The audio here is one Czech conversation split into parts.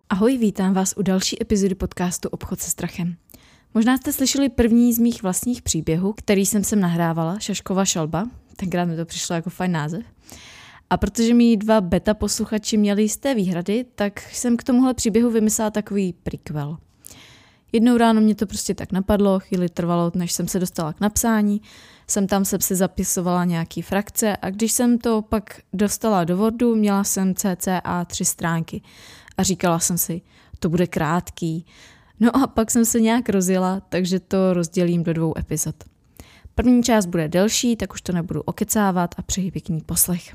Ahoj, vítám vás u další epizody podcastu Obchod se strachem. Možná jste slyšeli první z mých vlastních příběhů, který jsem sem nahrávala, Šaškova šalba, tenkrát mi to přišlo jako fajn název. A protože mi 2 beta posluchači měli jisté výhrady, tak jsem k tomuhle příběhu vymyslela takový prequel. Jednou ráno mě to prostě tak napadlo, chvíli trvalo, než jsem se dostala k napsání, jsem si zapisovala nějaký frakce a když jsem to pak dostala do Wordu, měla jsem cca 3 stránky a říkala jsem si, to bude krátký. No a pak jsem se nějak rozjela, takže to rozdělím do 2 epizod. První část bude delší, tak už to nebudu okecávat a přeji pěkný poslech.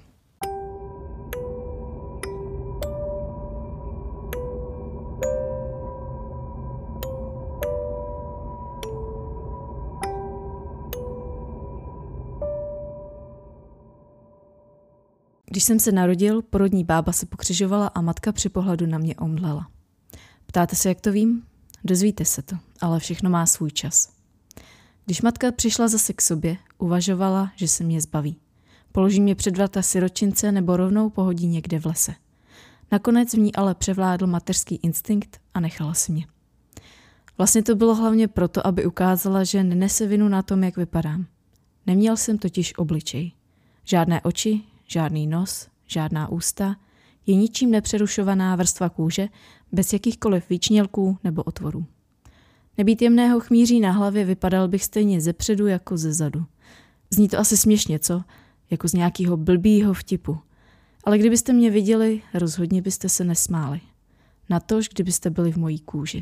Když jsem se narodil, porodní bába se pokřižovala a matka při pohledu na mě omdlela. Ptáte se, jak to vím? Dozvíte se to, ale všechno má svůj čas. Když matka přišla zase k sobě, uvažovala, že se mě zbaví. Položí mě před vrata siročince nebo rovnou pohodí někde v lese. Nakonec v ní ale převládl mateřský instinkt a nechala si mě. Vlastně to bylo hlavně proto, aby ukázala, že nenese vinu na tom, jak vypadám. Neměl jsem totiž obličej. Žádné oči, žádný nos, žádná ústa, je ničím nepřerušovaná vrstva kůže, bez jakýchkoliv výčnělků nebo otvorů. Nebýt jemného chmíří na hlavě, vypadal bych stejně zepředu jako zezadu. Zní to asi směšně, co? Jako z nějakého blbýho vtipu. Ale kdybyste mě viděli, rozhodně byste se nesmáli. Natož, kdybyste byli v mojí kůži.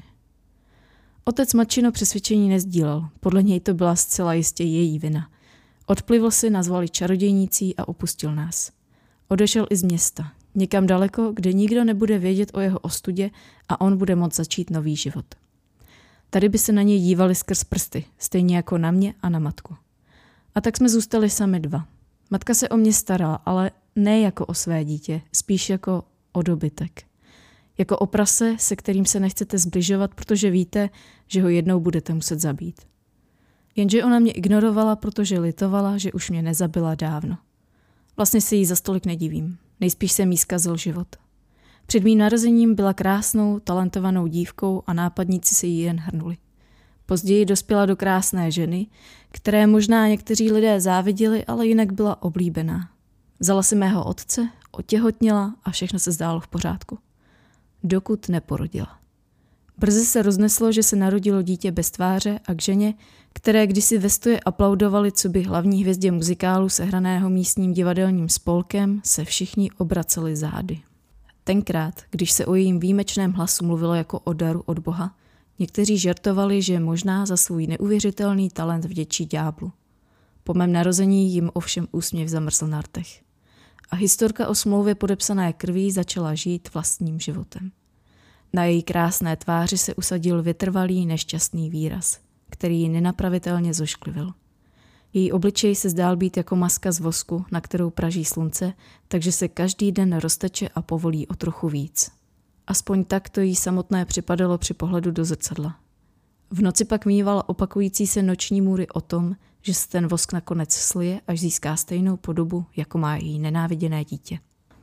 Otec matčino přesvědčení nezdílel, podle něj to byla zcela jistě její vina. Odplivl si, nazvali čarodějnicí a opustil nás. Odešel i z města, někam daleko, kde nikdo nebude vědět o jeho ostudě a on bude moct začít nový život. Tady by se na něj dívali skrz prsty, stejně jako na mě a na matku. A tak jsme zůstali sami 2. Matka se o mě starala, ale ne jako o své dítě, spíš jako o dobytek. Jako o prase, se kterým se nechcete zbližovat, protože víte, že ho jednou budete muset zabít. Jenže ona mě ignorovala, protože litovala, že už mě nezabila dávno. Vlastně si jí za stolik nedivím. Nejspíš jsem jí zkazil život. Před mým narozením byla krásnou, talentovanou dívkou a nápadníci si ji jen hrnuli. Později dospěla do krásné ženy, které možná někteří lidé záviděli, ale jinak byla oblíbená. Vzala si mého otce, otěhotněla a všechno se zdálo v pořádku. Dokud neporodila. Brzy se rozneslo, že se narodilo dítě bez tváře a k ženě, které kdysi ve stoje aplaudovali coby hlavní hvězdě muzikálu sehraného místním divadelním spolkem, se všichni obraceli zády. Tenkrát, když se o jejím výjimečném hlasu mluvilo jako o daru od Boha, někteří žertovali, že možná za svůj neuvěřitelný talent vděčí ďáblu. Po mém narození jim ovšem úsměv zamrzl na rtech. A historka o smlouvě podepsané krví začala žít vlastním životem. Na její krásné tváři se usadil vytrvalý nešťastný výraz, který ji nenapravitelně zošklivil. Její obličej se zdál být jako maska z vosku, na kterou praží slunce, takže se každý den rozteče a povolí o trochu víc. Aspoň tak to jí samotné připadalo při pohledu do zrcadla. V noci pak mívala opakující se noční můry o tom, že se ten vosk nakonec slije, až získá stejnou podobu, jako má její nenáviděné dítě.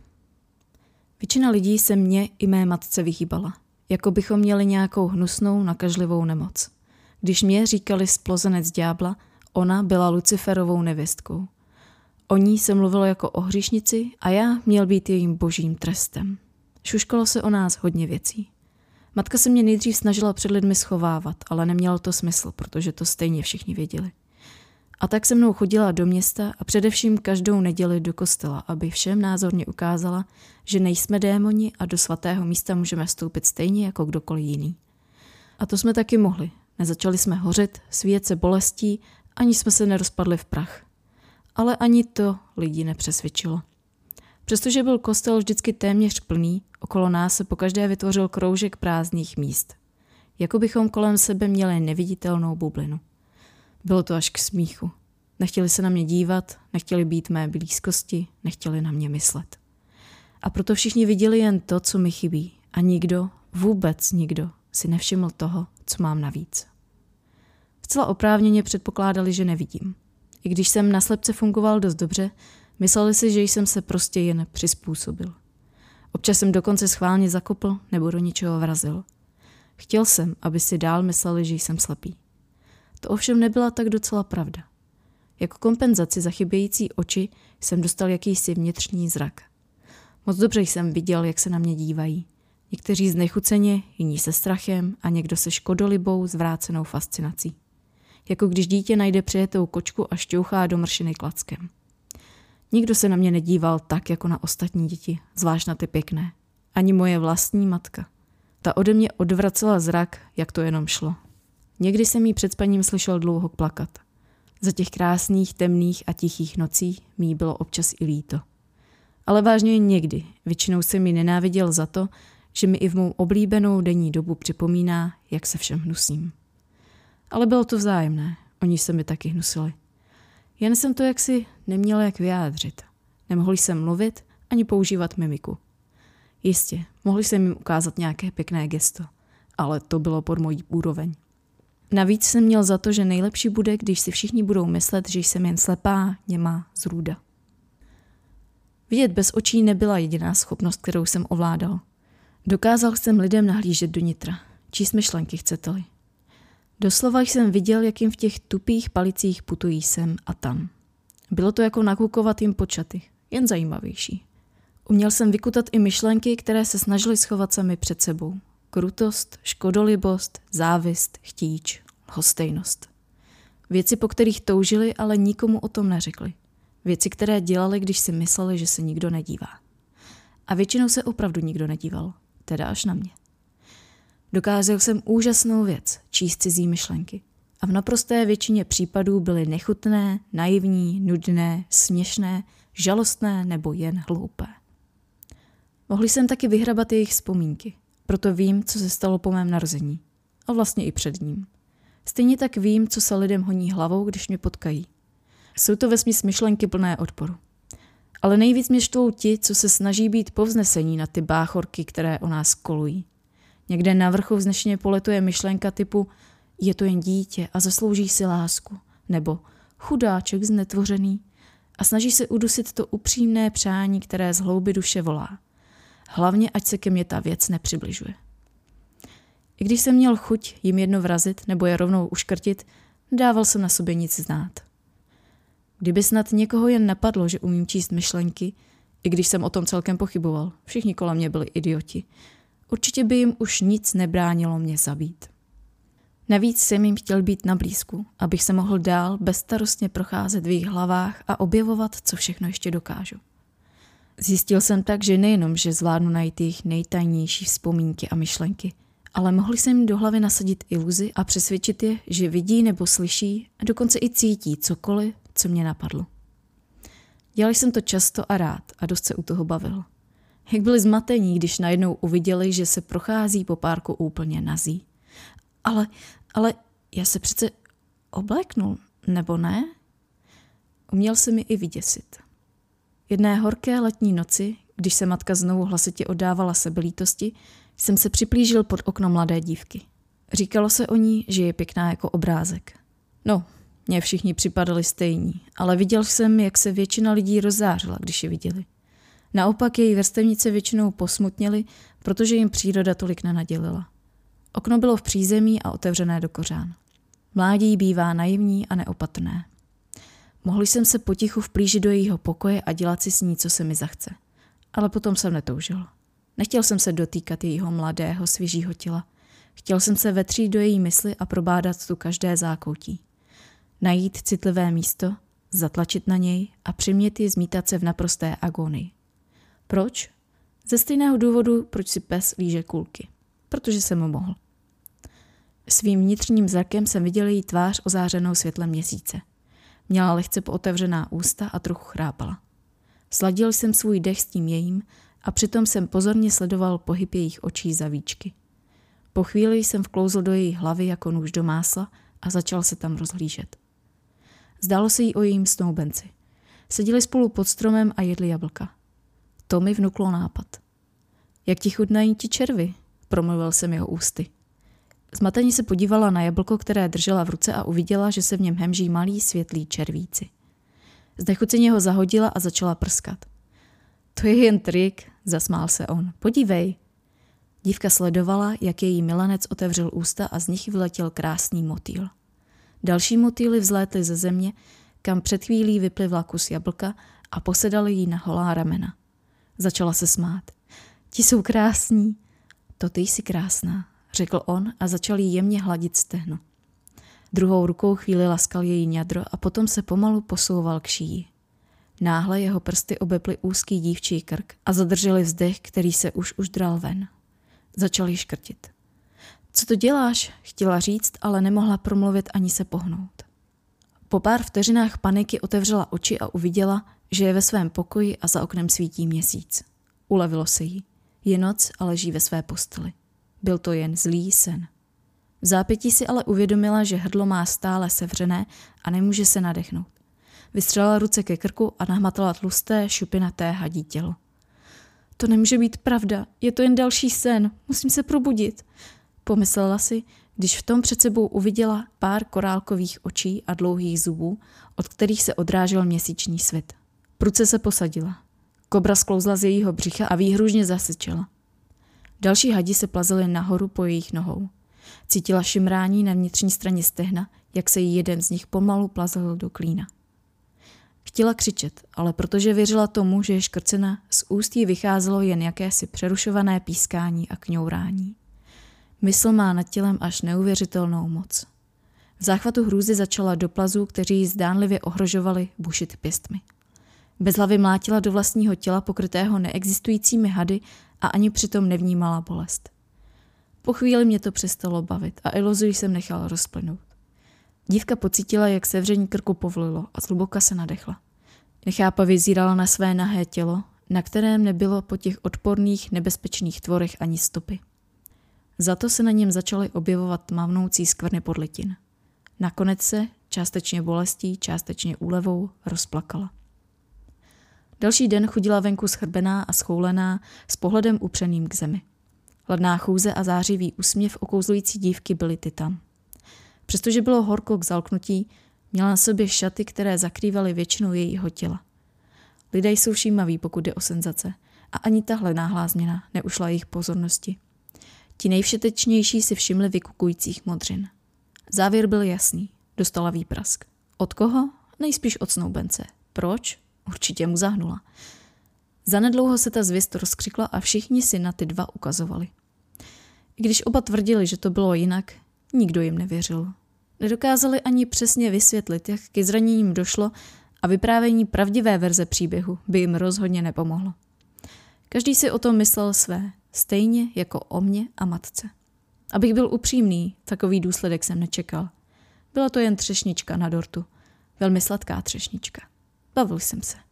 Většina lidí se mně i mé matce vyhýbala, jako bychom měli nějakou hnusnou, nakažlivou nemoc. Když mě říkali splozenec ďábla, ona byla Luciferovou nevěstkou. O ní se mluvilo jako o hříšnici a já měl být jejím božím trestem. Šuškalo se o nás hodně věcí. Matka se mě nejdřív snažila před lidmi schovávat, ale nemělo to smysl, protože to stejně všichni věděli. A tak se mnou chodila do města a především každou neděli do kostela, aby všem názorně ukázala, že nejsme démoni a do svatého místa můžeme vstoupit stejně jako kdokoliv jiný. A to jsme taky mohli. Nezačali jsme hořet, svíjet se bolestí, ani jsme se nerozpadli v prach. Ale ani to lidi nepřesvědčilo. Přestože byl kostel vždycky téměř plný, okolo nás se pokaždé vytvořil kroužek prázdných míst. Jako bychom kolem sebe měli neviditelnou bublinu. Bylo to až k smíchu. Nechtěli se na mě dívat, nechtěli být v mé blízkosti, nechtěli na mě myslet. A proto všichni viděli jen to, co mi chybí. A nikdo, vůbec nikdo, si nevšiml toho, co mám navíc. Zcela oprávněně předpokládali, že nevidím. I když jsem na slepce fungoval dost dobře, mysleli si, že jsem se prostě jen přizpůsobil. Občas jsem dokonce schválně zakopl nebo do něčeho vrazil. Chtěl jsem, aby si dál mysleli, že jsem slepý. To ovšem nebyla tak docela pravda. Jako kompenzaci za chybějící oči jsem dostal jakýsi vnitřní zrak. Moc dobře jsem viděl, jak se na mě dívají. Někteří znechuceně, jiní se strachem a někdo se škodolibou zvrácenou fascinací. Jako když dítě najde přejetou kočku a šťouchá do mršiny klackem. Nikdo se na mě nedíval tak, jako na ostatní děti, zvlášť na ty pěkné. Ani moje vlastní matka. Ta ode mě odvracela zrak, jak to jenom šlo. Někdy jsem jí před spaním slyšel dlouho plakat. Za těch krásných, temných a tichých nocí mi jí bylo občas i líto. Ale vážně jen někdy. Většinou jsem ji nenáviděl za to, že mi i v mou oblíbenou denní dobu připomíná, jak se všem hnusím. Ale bylo to vzájemné, oni se mi taky hnusili. Jen jsem to jaksi neměla jak vyjádřit. Nemohl jsem mluvit ani používat mimiku. Jistě, mohli jsem jim ukázat nějaké pěkné gesto, ale to bylo pod mojí úroveň. Navíc jsem měl za to, že nejlepší bude, když si všichni budou myslet, že jsem jen slepá, němá zrůda. Vidět bez očí nebyla jediná schopnost, kterou jsem ovládal. Dokázal jsem lidem nahlížet do nitra, číst myšlenky, chcete-li. Doslova jsem viděl, jak jim v těch tupých palicích putují sem a tam. Bylo to jako nakukovat jim počaty, jen zajímavější. Uměl jsem vykutat i myšlenky, které se snažily schovat sami před sebou. Krutost, škodolibost, závist, chtíč, lhostejnost. Věci, po kterých toužili, ale nikomu o tom neřekli. Věci, které dělali, když si mysleli, že se nikdo nedívá. A většinou se opravdu nikdo nedíval, teda až na mě. Dokázal jsem úžasnou věc, číst cizí myšlenky. A v naprosté většině případů byly nechutné, naivní, nudné, směšné, žalostné nebo jen hloupé. Mohli jsem taky vyhrabat jejich vzpomínky, proto vím, co se stalo po mém narození. A vlastně i před ním. Stejně tak vím, co se lidem honí hlavou, když mě potkají. Jsou to vesměs myšlenky plné odporu. Ale nejvíc mě štvou ti, co se snaží být povznesení na ty báchorky, které o nás kolují. Někde na vrchu vznešeně poletuje myšlenka typu je to jen dítě a zaslouží si lásku, nebo chudáček znetvořený a snaží se udusit to upřímné přání, které z hloubi duše volá. Hlavně, ať se ke mně ta věc nepřibližuje. I když jsem měl chuť jim jedno vrazit nebo je rovnou uškrtit, dával jsem na sobě nic znát. Kdyby snad někoho jen napadlo, že umím číst myšlenky, i když jsem o tom celkem pochyboval, všichni kolem mě byli idioti, určitě by jim už nic nebránilo mě zabít. Navíc jsem jim chtěl být na blízku, abych se mohl dál bezstarostně procházet v jejich hlavách a objevovat, co všechno ještě dokážu. Zjistil jsem tak, že nejenom, že zvládnu najít jejich nejtajnější vzpomínky a myšlenky, ale mohl jsem jim do hlavy nasadit iluzi a přesvědčit je, že vidí nebo slyší a dokonce i cítí cokoliv, co mě napadlo. Dělal jsem to často a rád a dost se u toho bavil. Jak byli zmatení, když najednou uviděli, že se prochází po párku úplně nazí. Ale já se přece obléknul, nebo ne? Uměl se mi i vyděsit. Jedné horké letní noci, když se matka znovu hlasitě oddávala sebelítosti, jsem se připlížil pod okno mladé dívky. Říkalo se o ní, že je pěkná jako obrázek. No, mně všichni připadali stejní, ale viděl jsem, jak se většina lidí rozzářila, když je viděli. Naopak její vrstevnice většinou posmutněly, protože jim příroda tolik nenadělila. Okno bylo v přízemí a otevřené do kořán. Mládí bývá naivní a neopatrné. Mohl jsem se potichu vplížit do jejího pokoje a dělat si s ní, co se mi zachce. Ale potom jsem netoužil. Nechtěl jsem se dotýkat jejího mladého, svěžího těla. Chtěl jsem se vetřít do její mysli a probádat tu každé zákoutí. Najít citlivé místo, zatlačit na něj a přimět ji zmítat se v naprosté agonii. Proč? Ze stejného důvodu, proč si pes líže kulky. Protože jsem mu mohl. Svým vnitřním zrakem jsem viděl její tvář ozářenou světlem měsíce. Měla lehce pootevřená ústa a trochu chrápala. Sladil jsem svůj dech s tím jejím a přitom jsem pozorně sledoval pohyb jejich očí za víčky. Po chvíli jsem vklouzl do její hlavy jako nůž do másla a začal se tam rozhlížet. Zdálo se jí o jejím snoubenci. Seděli spolu pod stromem a jedli jablka. To mi vnuklo nápad. Jak ti chutnají ti červy? Promluvil jsem jeho ústy. Zmateně se podívala na jablko, které držela v ruce a uviděla, že se v něm hemží malí světlí červíci. Znechuceně ho zahodila a začala prskat. To je jen trik, zasmál se on. Podívej. Dívka sledovala, jak její milenec otevřel ústa a z nich vyletěl krásný motýl. Další motýly vzlétly ze země, kam před chvílí vyplivla kus jablka a posedali jí na holá ramena. Začala se smát. Ti jsou krásní. To ty jsi krásná, řekl on a začal jí jemně hladit stehno. Druhou rukou chvíli laskal její ňadro a potom se pomalu posouval k šíji. Náhle jeho prsty obeply úzký dívčí krk a zadrželi vzdech, který se už dral ven. Začal jí škrtit. Co to děláš? Chtěla říct, ale nemohla promluvit ani se pohnout. Po pár vteřinách paniky otevřela oči a uviděla, že je ve svém pokoji a za oknem svítí měsíc. Ulevilo se jí. Je noc a leží ve své posteli. Byl to jen zlý sen. V zápětí si ale uvědomila, že hrdlo má stále sevřené a nemůže se nadechnout. Vystřelila ruce ke krku a nahmatala tlusté, šupinaté hadí tělo. To nemůže být pravda, je to jen další sen, musím se probudit, pomyslela si, když v tom před sebou uviděla pár korálkových očí a dlouhých zubů, od kterých se odrážel měsíční svět. Prudce se posadila. Kobra sklouzla z jejího břicha a výhružně zasyčela. Další hadi se plazily nahoru po jejich nohou. Cítila šimrání na vnitřní straně stehna, jak se jí jeden z nich pomalu plazil do klína. Chtěla křičet, ale protože věřila tomu, že je škrcena, z úst jí vycházelo jen jakési přerušované pískání a kňourání. Mysl má nad tělem až neuvěřitelnou moc. V záchvatu hrůzy začala do plazů, kteří ji zdánlivě ohrožovali, bušit pěstmi. Bez hlavy mlátila do vlastního těla pokrytého neexistujícími hady a ani přitom nevnímala bolest. Po chvíli mě to přestalo bavit a iluzi jsem nechala rozplynout. Dívka pocítila, jak sevření krku povlilo a zhluboka se nadechla. Nechápavě zírala na své nahé tělo, na kterém nebylo po těch odporných, nebezpečných tvorech ani stopy. Za to se na něm začaly objevovat tmavnoucí skvrny podlitin. Nakonec se, částečně bolestí, částečně úlevou, rozplakala. Další den chodila venku schrbená a schoulená, s pohledem upřeným k zemi. Ladná chůze a zářivý úsměv okouzlující dívky byly ty tam. Přestože bylo horko k zalknutí, měla na sobě šaty, které zakrývaly většinu jejího těla. Lidé jsou všímaví, pokud jde o senzace, a ani tahle náhlá změna neušla jejich pozornosti. Ti nejvšetečnější si všimli vykukujících modřin. Závěr byl jasný. Dostala výprask. Od koho? Nejspíš od snoubence. Proč? Určitě mu zahnula. Zanedlouho se ta zvěst rozkřikla a všichni si na ty dva ukazovali. I když oba tvrdili, že to bylo jinak, nikdo jim nevěřil. Nedokázali ani přesně vysvětlit, jak ke zraněním došlo a vyprávění pravdivé verze příběhu by jim rozhodně nepomohlo. Každý si o tom myslel své, stejně jako o mně a matce. Abych byl upřímný, takový důsledek jsem nečekal. Byla to jen třešnička na dortu. Velmi sladká třešnička. Bavil jsem se.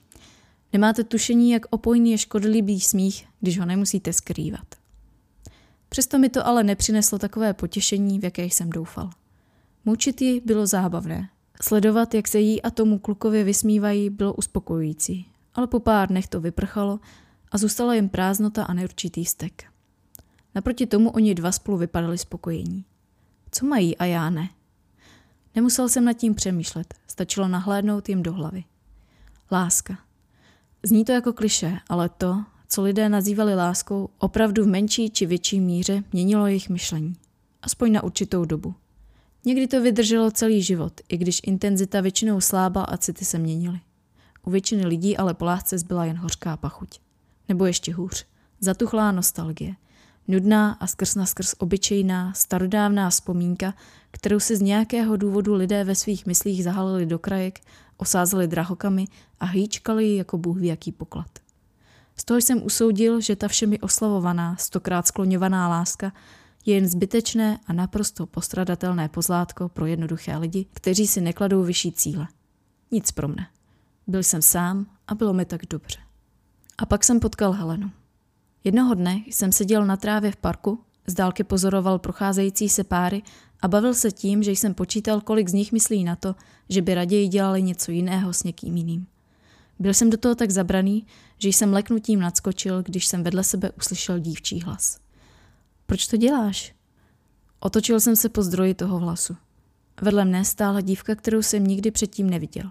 Nemáte tušení, jak opojný je škodlivý smích, když ho nemusíte skrývat. Přesto mi to ale nepřineslo takové potěšení, v jaké jsem doufal. Mučit ji bylo zábavné. Sledovat, jak se jí a tomu klukovi vysmívají, bylo uspokojující. Ale po pár dnech to vyprchalo a zůstala jen prázdnota a neurčitý vztek. Naproti tomu oni dva spolu vypadali spokojení. Co mají a já ne? Nemusel jsem nad tím přemýšlet, stačilo nahlédnout jim do hlavy. Láska. Zní to jako klišé, ale to, co lidé nazývali láskou, opravdu v menší či větší míře měnilo jejich myšlení. Aspoň na určitou dobu. Někdy to vydrželo celý život, i když intenzita většinou slábla a city se měnily. U většiny lidí ale po lásce zbyla jen hořká pachuť. Nebo ještě hůř, zatuchlá nostalgie. Nudná a skrz naskrz obyčejná, starodávná vzpomínka, kterou si z nějakého důvodu lidé ve svých myslích zahalili do krajek, osázeli drahokamy a hýčkali ji jako bůh ví jaký poklad. Z toho jsem usoudil, že ta všemi oslavovaná, 100krát skloňovaná láska je jen zbytečné a naprosto postradatelné pozlátko pro jednoduché lidi, kteří si nekladou vyšší cíle. Nic pro mne. Byl jsem sám a bylo mi tak dobře. A pak jsem potkal Helenu. Jednoho dne jsem seděl na trávě v parku, z dálky pozoroval procházející se páry a bavil se tím, že jsem počítal, kolik z nich myslí na to, že by raději dělali něco jiného s někým jiným. Byl jsem do toho tak zabraný, že jsem leknutím nadskočil, když jsem vedle sebe uslyšel dívčí hlas. Proč to děláš? Otočil jsem se po zdroji toho hlasu. Vedle mne stála dívka, kterou jsem nikdy předtím neviděl.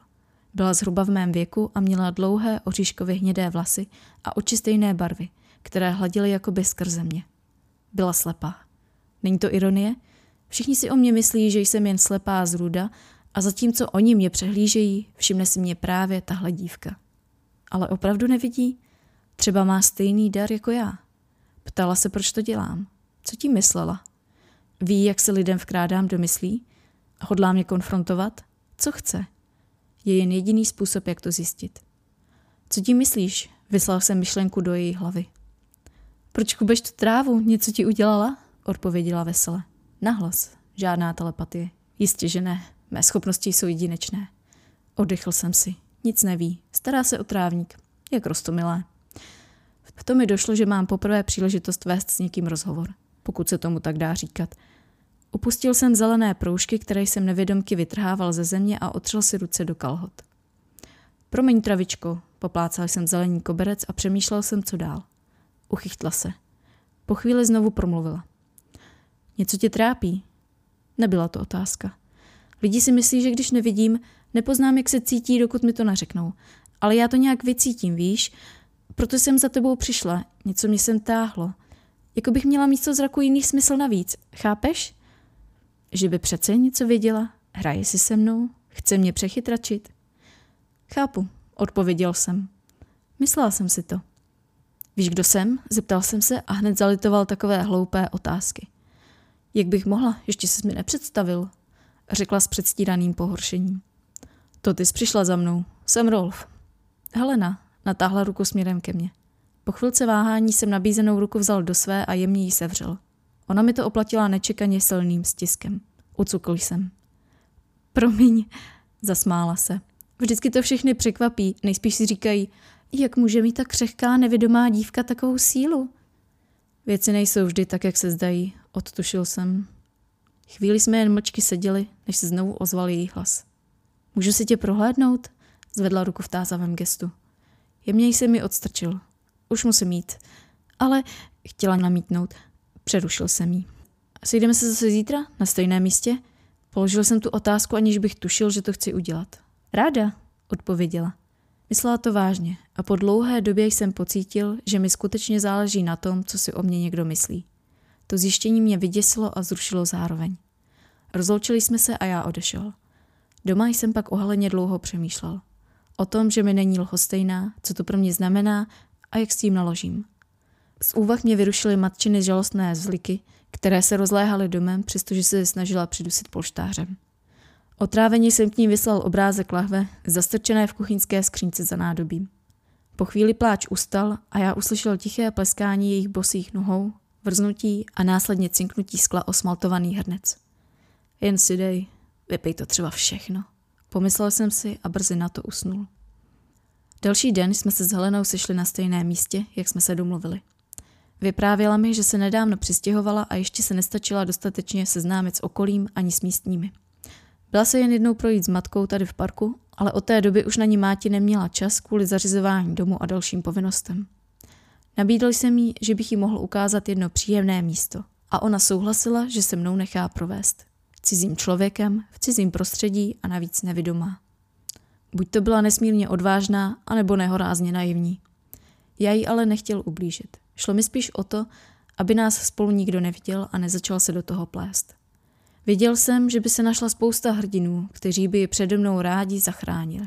Byla zhruba v mém věku a měla dlouhé oříškově hnědé vlasy a oči stejné barvy, které hladily jakoby skrze mě. Byla slepá. Není to ironie? Všichni si o mě myslí, že jsem jen slepá zrůda a zatímco oni mě přehlížejí, všimne si mě právě tahle dívka. Ale opravdu nevidí? Třeba má stejný dar jako já. Ptala se, proč to dělám. Co tím myslela? Ví, jak se lidem vkrádám do myslí? Hodlá mě konfrontovat? Co chce? Je jen jediný způsob, jak to zjistit. Co tím myslíš? Vyslal jsem myšlenku do její hlavy. Proč kubeš tu trávu? Něco ti udělala? Odpověděla vesele. Nahlas. Žádná telepatie. Jistě, že ne. Mé schopnosti jsou jedinečné. Oddechl jsem si. Nic neví. Stará se o trávník. Jak roztomilé. V tom mi došlo, že mám poprvé příležitost vést s někým rozhovor. Pokud se tomu tak dá říkat. Upustil jsem zelené proužky, které jsem nevědomky vytrhával ze země a otřel si ruce do kalhot. Promiň, travičko, poplácal jsem zelený koberec a přemýšlel jsem, co dál. Uchychtla se. Po chvíli znovu promluvila. Něco tě trápí? Nebyla to otázka. Lidi si myslí, že když nevidím, nepoznám, jak se cítí, dokud mi to neřeknou. Ale já to nějak vycítím, víš? Proto jsem za tebou přišla. Něco mě sem táhlo. Jako bych měla místo zraku jiný smysl navíc. Chápeš? Že by přece něco věděla? Hraje si se mnou? Chce mě přechytračit? Chápu, odpověděl jsem. Myslela jsem si to. Víš, kdo jsem? Zeptal jsem se a hned zalitoval takové hloupé otázky. Jak bych mohla? Ještě ses mi nepředstavil, řekla s předstíraným pohoršením. To ty jsi přišla za mnou. Jsem Rolf. Helena natáhla ruku směrem ke mně. Po chvilce váhání jsem nabízenou ruku vzal do své a jemně ji sevřel. Ona mi to oplatila nečekaně silným stiskem. Ucukl jsem. Promiň, zasmála se. Vždycky to všechny překvapí, nejspíš si říkají, jak může mít tak křehká nevědomá dívka takovou sílu? Věci nejsou vždy tak, jak se zdají, odtušil jsem. Chvíli jsme jen mlčky seděli, než se znovu ozval její hlas. Můžu si tě prohlédnout? Zvedla ruku v tázavém gestu. Jemně jsem mi odstrčil. Už musím jít. Ale chtěla namítnout. Přerušil jsem jí. Sejdeme se zase zítra? Na stejném místě? Položil jsem tu otázku, aniž bych tušil, že to chci udělat. Ráda, odpověděla. Myslela to vážně a po dlouhé době jsem pocítil, že mi skutečně záleží na tom, co si o mě někdo myslí. To zjištění mě vyděsilo a zrušilo zároveň. Rozloučili jsme se a já odešel. Doma jsem pak ohaleně dlouho přemýšlel. O tom, že mi není lhostejná, co to pro mě znamená a jak s tím naložím. Z úvah mě vyrušily matčiny žalostné zvliky, které se rozléhaly domem, přestože se snažila přidusit polštářem. Otráveně jsem k ní vyslal obrázek lahve, zastrčené v kuchyňské skřínce za nádobím. Po chvíli pláč ustal a já uslyšel tiché pleskání jejich bosých nohou, vrznutí a následně cinknutí skla o smaltovaný hrnec. Jen si dej, vypij to třeba všechno. Pomyslel jsem si a brzy na to usnul. Další den jsme se s Helenou sešli na stejném místě, jak jsme se domluvili. Vyprávěla mi, že se nedávno přistěhovala a ještě se nestačila dostatečně seznámit s okolím ani s místními. Byla se jen jednou projít s matkou tady v parku, ale od té doby už na ní máti neměla čas kvůli zařizování domu a dalším povinnostem. Nabídl jsem jí, že bych jí mohl ukázat jedno příjemné místo a ona souhlasila, že se mnou nechá provést. Cizím člověkem, v cizím prostředí a navíc nevidomá. Buď to byla nesmírně odvážná, anebo nehorázně naivní. Já jí ale nechtěl ublížit. Šlo mi spíš o to, aby nás spolu nikdo neviděl a nezačal se do toho plést. Věděl jsem, že by se našla spousta hrdinů, kteří by ji přede mnou rádi zachránili.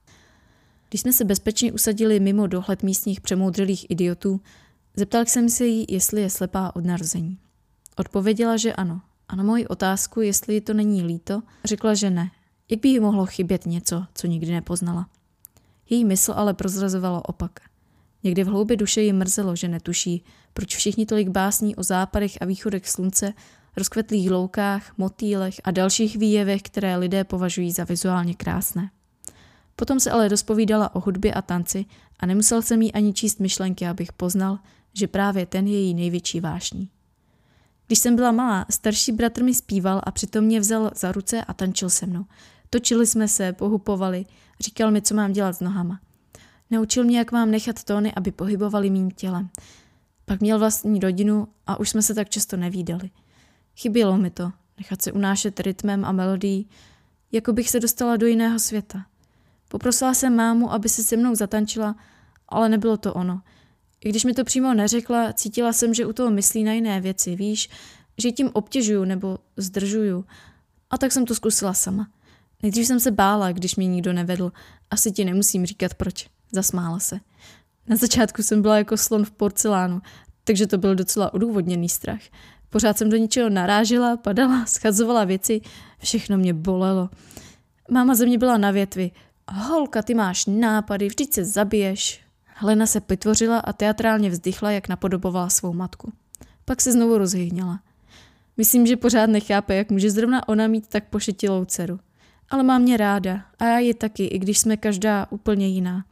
Když jsme se bezpečně usadili mimo dohled místních přemoudrelých idiotů, zeptal jsem se jí, jestli je slepá od narození. Odpověděla, že ano. A na moji otázku, jestli jí to není líto, řekla, že ne. Jak by jí mohlo chybět něco, co nikdy nepoznala. Její mysl ale prozrazovala opak. Někdy v hloubi duše ji mrzelo, že netuší, proč všichni tolik básní o západech a východech slunce, rozkvetlých loukách, motýlech a dalších výjevech, které lidé považují za vizuálně krásné. Potom se ale rozpovídala o hudbě a tanci a nemusel jsem jí ani číst myšlenky, abych poznal, že právě ten je její největší vášní. Když jsem byla malá, starší bratr mi zpíval a přitom mě vzal za ruce a tančil se mnou. Točili jsme se, pohupovali, říkal mi, co mám dělat s nohama. Naučil mě, jak mám nechat tóny, aby pohybovaly mým tělem. Pak měl vlastní rodinu a už jsme se tak často nevídali. Chybělo mi to, nechat se unášet rytmem a melodií, jako bych se dostala do jiného světa. Poprosila jsem mámu, aby se mnou zatančila, ale nebylo to ono. I když mi to přímo neřekla, cítila jsem, že u toho myslí na jiné věci, víš, že tím obtěžuju nebo zdržuju. A tak jsem to zkusila sama. Nejdřív jsem se bála, když mě nikdo nevedl. Asi ti nemusím říkat proč. Zasmála se. Na začátku jsem byla jako slon v porcelánu, takže to byl docela odůvodněný strach. Pořád jsem do něčeho narážela, padala, schazovala věci, všechno mě bolelo. Máma ze mě byla na větvi. Holka, ty máš nápady, vždyť se zabiješ. Helena se vytvořila a teatrálně vzdychla, jak napodobovala svou matku. Pak se znovu rozhýňala. Myslím, že pořád nechápe, jak může zrovna ona mít tak pošetilou dceru. Ale má mě ráda a já ji taky, i když jsme každá úplně jiná.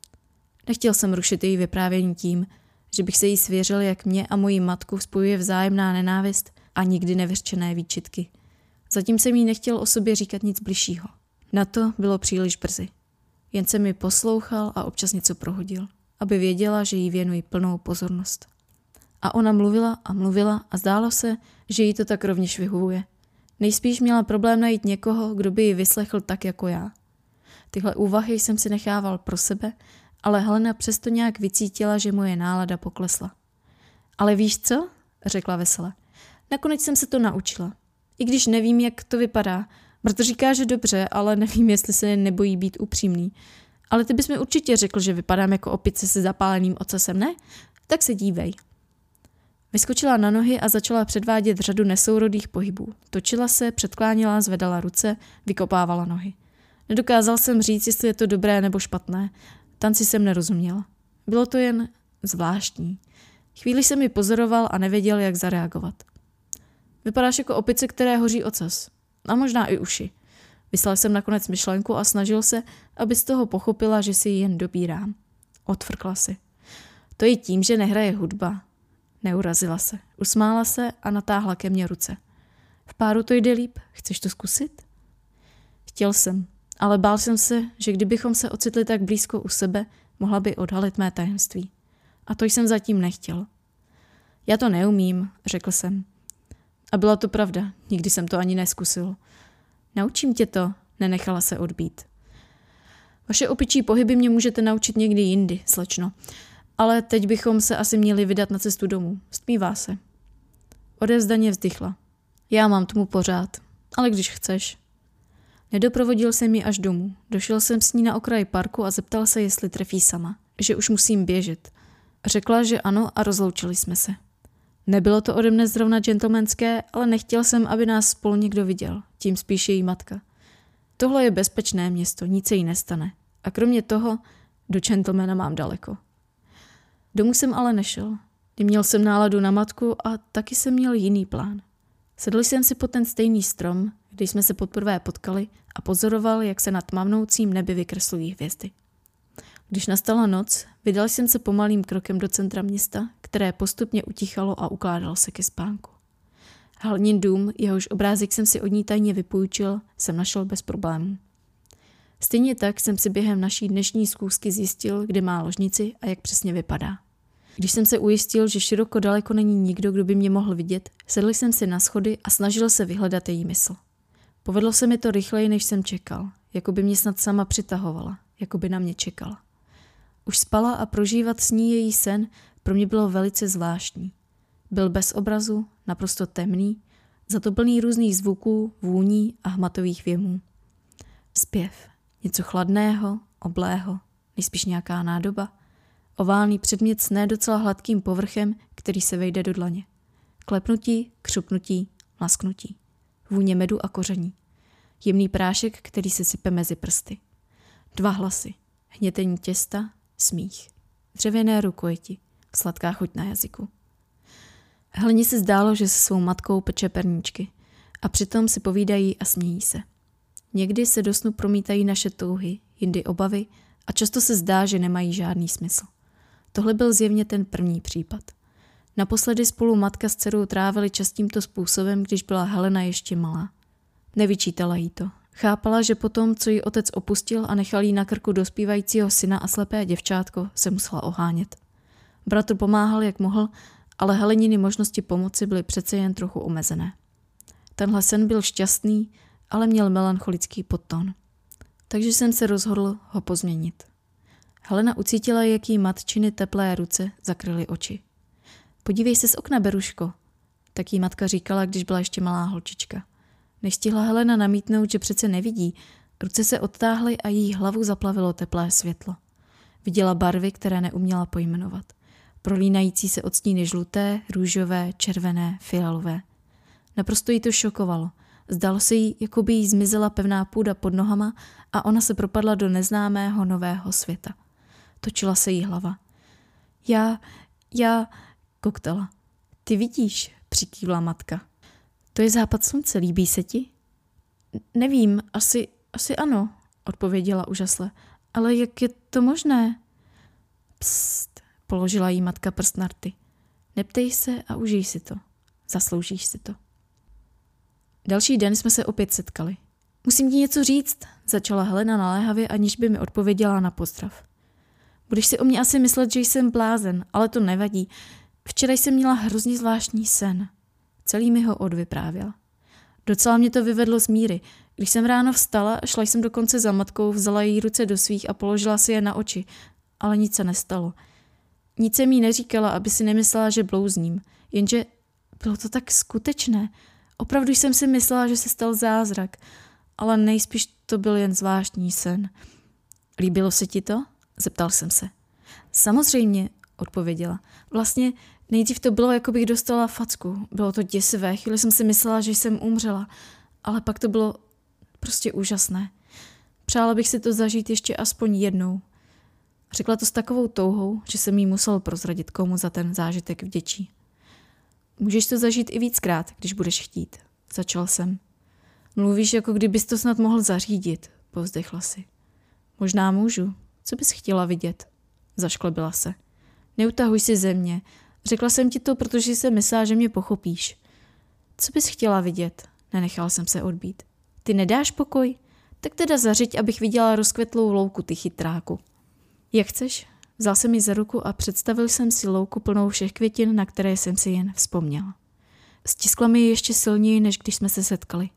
Nechtěl jsem rušit její vyprávění tím, že bych se jí svěřil, jak mě a moji matku spojuje vzájemná nenávist a nikdy nevyřčené výčitky. Zatím jsem jí nechtěl o sobě říkat nic bližšího. Na to bylo příliš brzy. Jen jsem mi poslouchal a občas něco prohodil, aby věděla, že jí věnuji plnou pozornost. A ona mluvila a zdálo se, že jí to tak rovněž vyhovuje. Nejspíš měla problém najít někoho, kdo by ji vyslechl tak jako já. Tyhle úvahy jsem si nechával pro sebe, ale Helena přesto nějak vycítila, že moje nálada poklesla. Ale víš co? Řekla vesele. Nakonec jsem se to naučila. I když nevím, jak to vypadá. Proto říká, že dobře, ale nevím, jestli se nebojí být upřímný. Ale ty bys mi určitě řekl, že vypadám jako opice se zapáleným ocasem, ne? Tak se dívej. Vyskočila na nohy a začala předvádět řadu nesourodých pohybů. Točila se, předkláněla, zvedala ruce, vykopávala nohy. Nedokázal jsem říct, jestli je to dobré nebo špatné. Tanci jsem nerozuměla. Bylo to jen zvláštní. Chvíli jsem ji pozoroval a nevěděl, jak zareagovat. Vypadáš jako opice, které hoří ocas. A možná i uši. Vyslal jsem nakonec myšlenku a snažil se, aby z toho pochopila, že si ji jen dobírám. Odfrkla si. To je tím, že nehraje hudba. Neurazila se. Usmála se a natáhla ke mně ruce. V páru to jde líp. Chceš to zkusit? Chtěl jsem, ale bál jsem se, že kdybychom se ocitli tak blízko u sebe, mohla by odhalit mé tajemství. A to jsem zatím nechtěl. Já to neumím, řekl jsem. A byla to pravda, nikdy jsem to ani neskusil. Naučím tě to, nenechala se odbít. Vaše opičí pohyby mě můžete naučit někdy jindy, slečno. Ale teď bychom se asi měli vydat na cestu domů. Stmívá se. Odevzdaně vzdychla. Já mám tomu pořád, ale když chceš. Nedoprovodil jsem ji až domů. Došel jsem s ní na okraj parku a zeptal se, jestli trefí sama. Že už musím běžet. Řekla, že ano a rozloučili jsme se. Nebylo to ode mne zrovna gentlemanské, ale nechtěl jsem, aby nás spolu někdo viděl. Tím spíš její matka. Tohle je bezpečné město, nic se jí nestane. A kromě toho, do gentlemana mám daleko. Domů jsem ale nešel. Měl jsem náladu na matku a taky jsem měl jiný plán. Sedl jsem si pod ten stejný strom, když jsme se poprvé potkali a pozoroval, jak se nad tmavnoucím nebi vykreslují hvězdy. Když nastala noc, vydal jsem se pomalým krokem do centra města, které postupně utichalo a ukládalo se ke spánku. Halenin dům, jehož obrázek jsem si od ní tajně vypůjčil, jsem našel bez problémů. Stejně tak jsem si během naší dnešní schůzky zjistil, kde má ložnici a jak přesně vypadá. Když jsem se ujistil, že široko daleko není nikdo, kdo by mě mohl vidět, sedl jsem si na schody a snažil se vyhledat její mysl. Povedlo se mi to rychleji, než jsem čekal, jako by mě snad sama přitahovala, jako by na mě čekala. Už spala a prožívat s ní její sen pro mě bylo velice zvláštní. Byl bez obrazu, naprosto temný, za to plný různých zvuků, vůní a hmatových věmů. Zpěv, něco chladného, oblého, nejspíš nějaká nádoba, oválný předmět s ne docela hladkým povrchem, který se vejde do dlaně. Klepnutí, křupnutí, mlasknutí. Vůně medu a koření. Jemný prášek, který se sype mezi prsty. 2 hlasy. Hnětení těsta, smích. Dřevěné rukojeti, sladká chuť na jazyku. Heleně se zdálo, že se svou matkou peče perníčky a přitom si povídají a smějí se. Někdy se do snu promítají naše touhy, jindy obavy a často se zdá, že nemají žádný smysl. Tohle byl zjevně ten první případ. Naposledy spolu matka s dcerou trávili čas tímto způsobem, když byla Helena ještě malá. Nevyčítala jí to. Chápala, že potom, co ji otec opustil a nechal jí na krku dospívajícího syna a slepé děvčátko, se musela ohánět. Bratr pomáhal, jak mohl, ale Heleniny možnosti pomoci byly přece jen trochu omezené. Tenhle sen byl šťastný, ale měl melancholický podton. Takže jsem se rozhodl ho pozměnit. Helena ucítila, jak jí matčiny teplé ruce zakryly oči. Podívej se z okna, Beruško, tak jí matka říkala, když byla ještě malá holčička. Než stihla Helena namítnout, že přece nevidí, ruce se odtáhly a její hlavu zaplavilo teplé světlo. Viděla barvy, které neuměla pojmenovat. Prolínající se od stíny žluté, růžové, červené, fialové. Naprosto jí to šokovalo. Zdálo se jí, jako by jí zmizela pevná půda pod nohama a ona se propadla do neznámého nového světa. Točila se jí hlava. Já, koktala. Ty vidíš, přikývla matka. To je západ slunce, líbí se ti? Nevím, asi ano, odpověděla úžasle. Ale jak je to možné? Psst, položila jí matka prst na rty. Neptej se a užij si to. Zasloužíš si to. Další den jsme se opět setkali. Musím ti něco říct, začala Helena naléhavě, aniž by mi odpověděla na pozdrav. Budeš si o mě asi myslet, že jsem blázen, ale to nevadí. Včera jsem měla hrozně zvláštní sen. Celý mi ho odvyprávěla. Docela mě to vyvedlo z míry. Když jsem ráno vstala, šla jsem dokonce za matkou, vzala její ruce do svých a položila si je na oči. Ale nic se nestalo. Nic jsem jí neříkala, aby si nemyslela, že blouzním. Jenže bylo to tak skutečné. Opravdu jsem si myslela, že se stal zázrak. Ale nejspíš to byl jen zvláštní sen. Líbilo se ti to? Zeptal jsem se. Samozřejmě, odpověděla. Vlastně nejdřív to bylo, jako bych dostala facku. Bylo to děsivé. Chvíli jsem si myslela, že jsem umřela. Ale pak to bylo prostě úžasné. Přála bych si to zažít ještě aspoň jednou. Řekla to s takovou touhou, že jsem jí musel prozradit, komu za ten zážitek vděčí. Můžeš to zažít i víckrát, když budeš chtít. Začal jsem. Mluvíš, jako kdybys to snad mohl zařídit, povzdechla si. Možná můžu. Co bys chtěla vidět? Zašklebila se. Neutahuj si ze mě. Řekla jsem ti to, protože jsem myslela, že mě pochopíš. Co bys chtěla vidět? Nenechal jsem se odbít. Ty nedáš pokoj? Tak teda zařiď, abych viděla rozkvetlou louku, ty chytráku. Jak chceš? Vzal jsem ji za ruku a představil jsem si louku plnou všech květin, na které jsem si jen vzpomněla. Stiskla mi ji ještě silněji, než když jsme se setkali.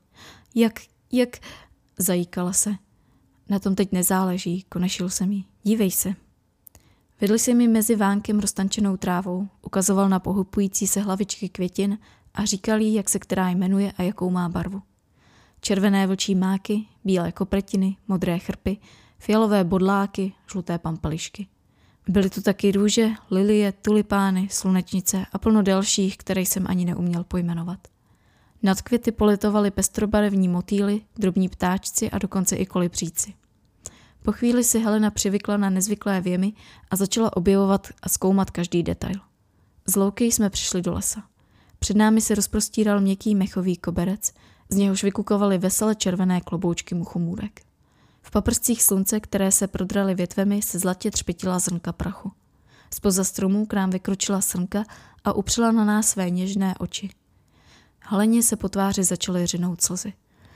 Jak? Zajíkala se. Na tom teď nezáleží, konešil jsem jí. Dívej se. Vedl jsem ji mezi vánkem roztančenou trávou, ukazoval na pohybující se hlavičky květin a říkal jí, jak se která jmenuje a jakou má barvu. Červené vlčí máky, bílé kopretiny, modré chrpy, fialové bodláky, žluté pampelišky. Byly tu taky růže, lilie, tulipány, slunečnice a plno dalších, které jsem ani neuměl pojmenovat. Nad květy politovaly pestrobarevní motýly, drobní ptáčci a dokonce i kolibříci. Po chvíli si Helena přivykla na nezvyklé věmy a začala objevovat a zkoumat každý detail. Z louky jsme přišli do lesa. Před námi se rozprostíral měkký mechový koberec, z něhož vykukovaly vesele červené kloboučky muchomůrek. V paprscích slunce, které se prodraly větvemi, se zlatě třpitila zrnka prachu. Zpoza stromů k nám vykročila srnka a upřela na nás své něžné oči. Heleně se po tváři začaly řinout slzy.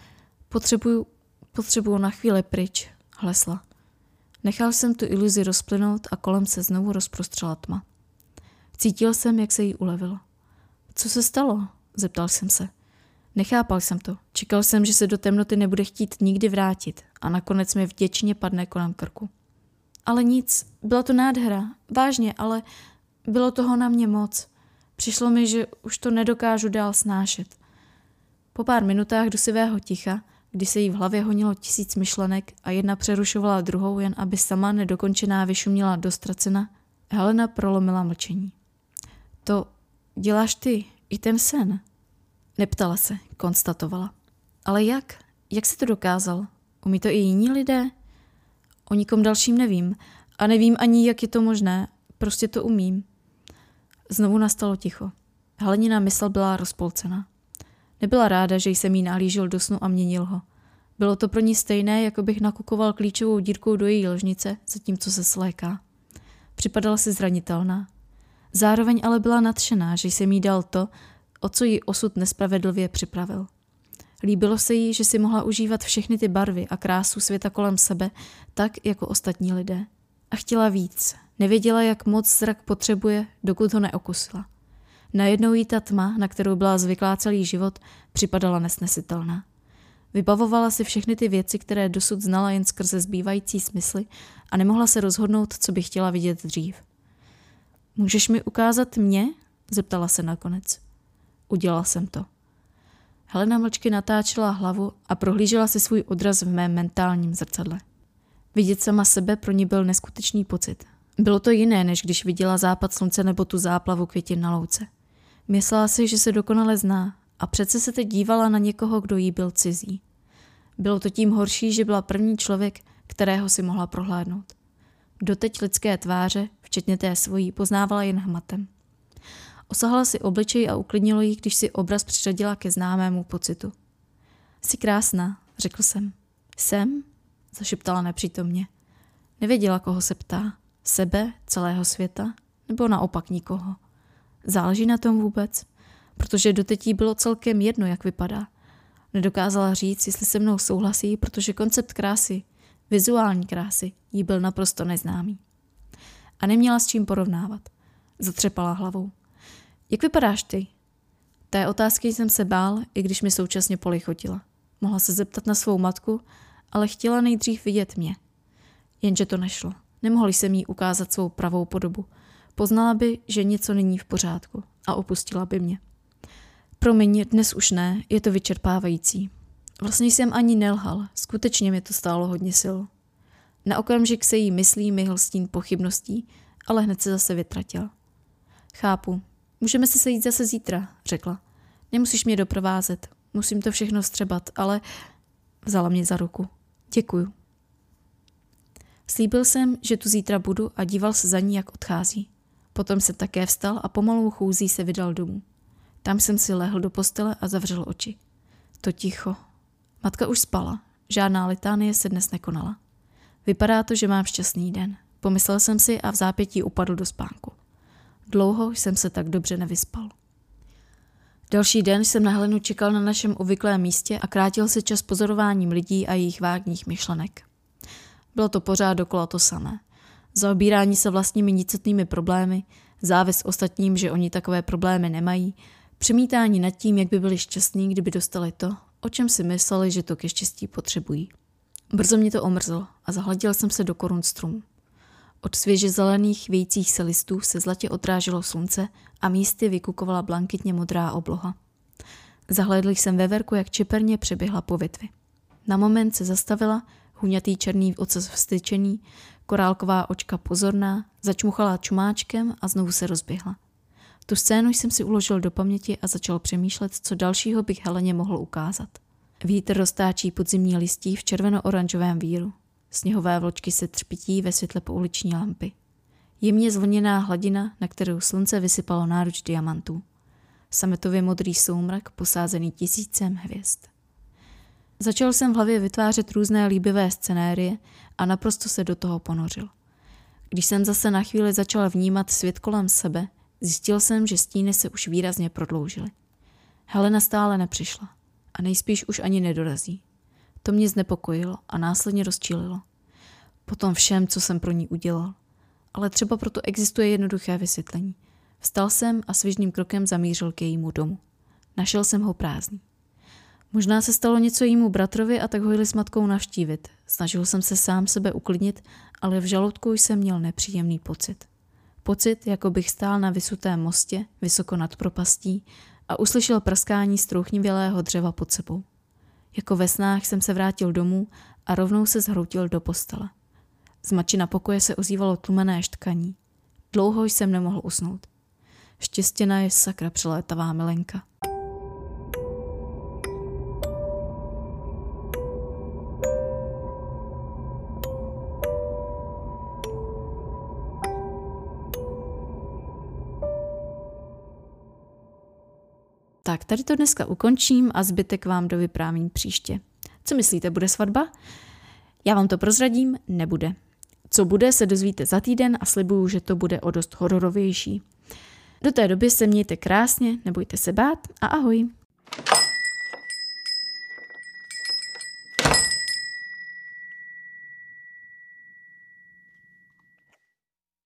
Potřebuju na chvíli pryč, hlesla. Nechal jsem tu iluzi rozplynout a kolem se znovu rozprostřela tma. Cítil jsem, jak se jí ulevilo. Co se stalo? Zeptal jsem se. Nechápal jsem to. Čekal jsem, že se do temnoty nebude chtít nikdy vrátit a nakonec mi vděčně padne kolem krku. Ale nic, byla to nádhera, vážně, ale bylo toho na mě moc. Přišlo mi, že už to nedokážu dál snášet. Po pár minutách dusivého ticha, kdy se jí v hlavě honilo 1000 myšlenek a jedna přerušovala druhou, jen aby sama nedokončená vyšuměla dostracena, Helena prolomila mlčení. To děláš ty, i ten sen? Neptala se, konstatovala. Ale jak? Jak jsi to dokázal? Umí to i jiní lidé? O nikom dalším nevím. A nevím ani, jak je to možné. Prostě to umím. Znovu nastalo ticho. Helenina mysl byla rozpolcená. Nebyla ráda, že jsem jí nahlížel do snu a měnil ho. Bylo to pro ní stejné, jako bych nakukoval klíčovou dírkou do její ložnice, zatímco se sléká. Připadala si zranitelná. Zároveň ale byla nadšená, že jsem jí dal to, o co jí osud nespravedlivě připravil. Líbilo se jí, že si mohla užívat všechny ty barvy a krásu světa kolem sebe, tak jako ostatní lidé. A chtěla víc. Nevěděla, jak moc zrak potřebuje, dokud ho neokusila. Najednou jí ta tma, na kterou byla zvyklá celý život, připadala nesnesitelná. Vybavovala si všechny ty věci, které dosud znala jen skrze zbývající smysly a nemohla se rozhodnout, co by chtěla vidět dřív. Můžeš mi ukázat mě? Zeptala se nakonec. Udělala jsem to. Helena mlčky natáčela hlavu a prohlížela si svůj odraz v mém mentálním zrcadle. Vidět sama sebe pro ní byl neskutečný pocit. Bylo to jiné, než když viděla západ slunce nebo tu záplavu květin na louce. Myslela si, že se dokonale zná a přece se teď dívala na někoho, kdo jí byl cizí. Bylo to tím horší, že byla první člověk, kterého si mohla prohlédnout. Doteď lidské tváře, včetně té svojí, poznávala jen hmatem. Osahala si obličej a uklidnilo jí, když si obraz přiřadila ke známému pocitu. Jsi krásná, řekl jsem. Jsem? Zašeptala nepřítomně. Nevěděla, koho se ptá. Sebe, celého světa, nebo naopak nikoho. Záleží na tom vůbec? Protože doteď jí bylo celkem jedno, jak vypadá. Nedokázala říct, jestli se mnou souhlasí, protože koncept krásy, vizuální krásy, jí byl naprosto neznámý. A neměla s čím porovnávat. Zatřepala hlavou. Jak vypadáš ty? Té otázky jsem se bál, i když mi současně polichotila. Mohla se zeptat na svou matku, ale chtěla nejdřív vidět mě. Jenže to nešlo. Nemohla jsem jí ukázat svou pravou podobu. Poznala by, že něco není v pořádku a opustila by mě. Promiň, dnes už ne, je to vyčerpávající. Vlastně jsem ani nelhal, skutečně mi to stálo hodně sil. Na okamžik se jí myslí myhl stín pochybností, ale hned se zase vytratil. Chápu, můžeme se sejít zase zítra, řekla. Nemusíš mě doprovázet, musím to všechno vstřebat, ale... Vzala mě za ruku. Děkuju. Slíbil jsem, že tu zítra budu a díval se za ní, jak odchází. Potom se také vstal a pomalou chůzí se vydal domů. Tam jsem si lehl do postele a zavřel oči. To ticho. Matka už spala. Žádná litánie se dnes nekonala. Vypadá to, že mám šťastný den. Pomyslel jsem si a v zápětí upadl do spánku. Dlouho jsem se tak dobře nevyspal. Další den jsem na Helenu čekal na našem obvyklém místě a krátil se čas pozorováním lidí a jejich vágních myšlenek. Bylo to pořád dokola to samé. Zaobírání se vlastními nicotnými problémy, závis ostatním, že oni takové problémy nemají, přemítání nad tím, jak by byli šťastní, kdyby dostali to, o čem si mysleli, že to ke štěstí potřebují. Brzo mě to omrzlo a zahleděl jsem se do korun stromů. Od svěže zelených vějících se listů se zlatě odráželo slunce a místy vykukovala blankitně modrá obloha. Zahlédl jsem veverku, jak čeperně přeběhla po větvi. Na moment se zastavila, huňatý černý ocas vstyčený, korálková očka pozorná, začmuchala čumáčkem a znovu se rozběhla. Tu scénu jsem si uložil do paměti a začal přemýšlet, co dalšího bych Heleně mohl ukázat. Vítr roztáčí podzimní listí v červeno-oranžovém víru. Sněhové vločky se třpití ve světle pouliční lampy. Jemně zvlněná hladina, na kterou slunce vysypalo náruč diamantů. Sametově modrý soumrak posázený tisícem hvězd. Začal jsem v hlavě vytvářet různé líbivé scenérie a naprosto se do toho ponořil. Když jsem zase na chvíli začal vnímat svět kolem sebe, zjistil jsem, že stíny se už výrazně prodloužily. Helena stále nepřišla a nejspíš už ani nedorazí. To mě znepokojilo a následně rozčílilo. Po tom všem, co jsem pro ní udělal. Ale třeba proto existuje jednoduché vysvětlení. Vstal jsem a svižným krokem zamířil k jejímu domu. Našel jsem ho prázdný. Možná se stalo něco jejímu bratrovi a tak ho jeli s matkou navštívit. Snažil jsem se sám sebe uklidnit, ale v žaludku jsem měl nepříjemný pocit. Pocit, jako bych stál na vysutém mostě, vysoko nad propastí a uslyšel praskání strouchnivělého dřeva pod sebou. Jako ve snách jsem se vrátil domů a rovnou se zhroutil do postele. Z mačina pokoje se ozývalo tlumené šťkaní. Dlouho jsem nemohl usnout. Štěstěna je sakra přelétavá milenka. Tak, tady to dneska ukončím a zbytek vám dovyprávím příště. Co myslíte, bude svatba? Já vám to prozradím, nebude. Co bude, se dozvíte za týden a slibuju, že to bude o dost hororovější. Do té doby se mějte krásně, nebojte se bát a ahoj.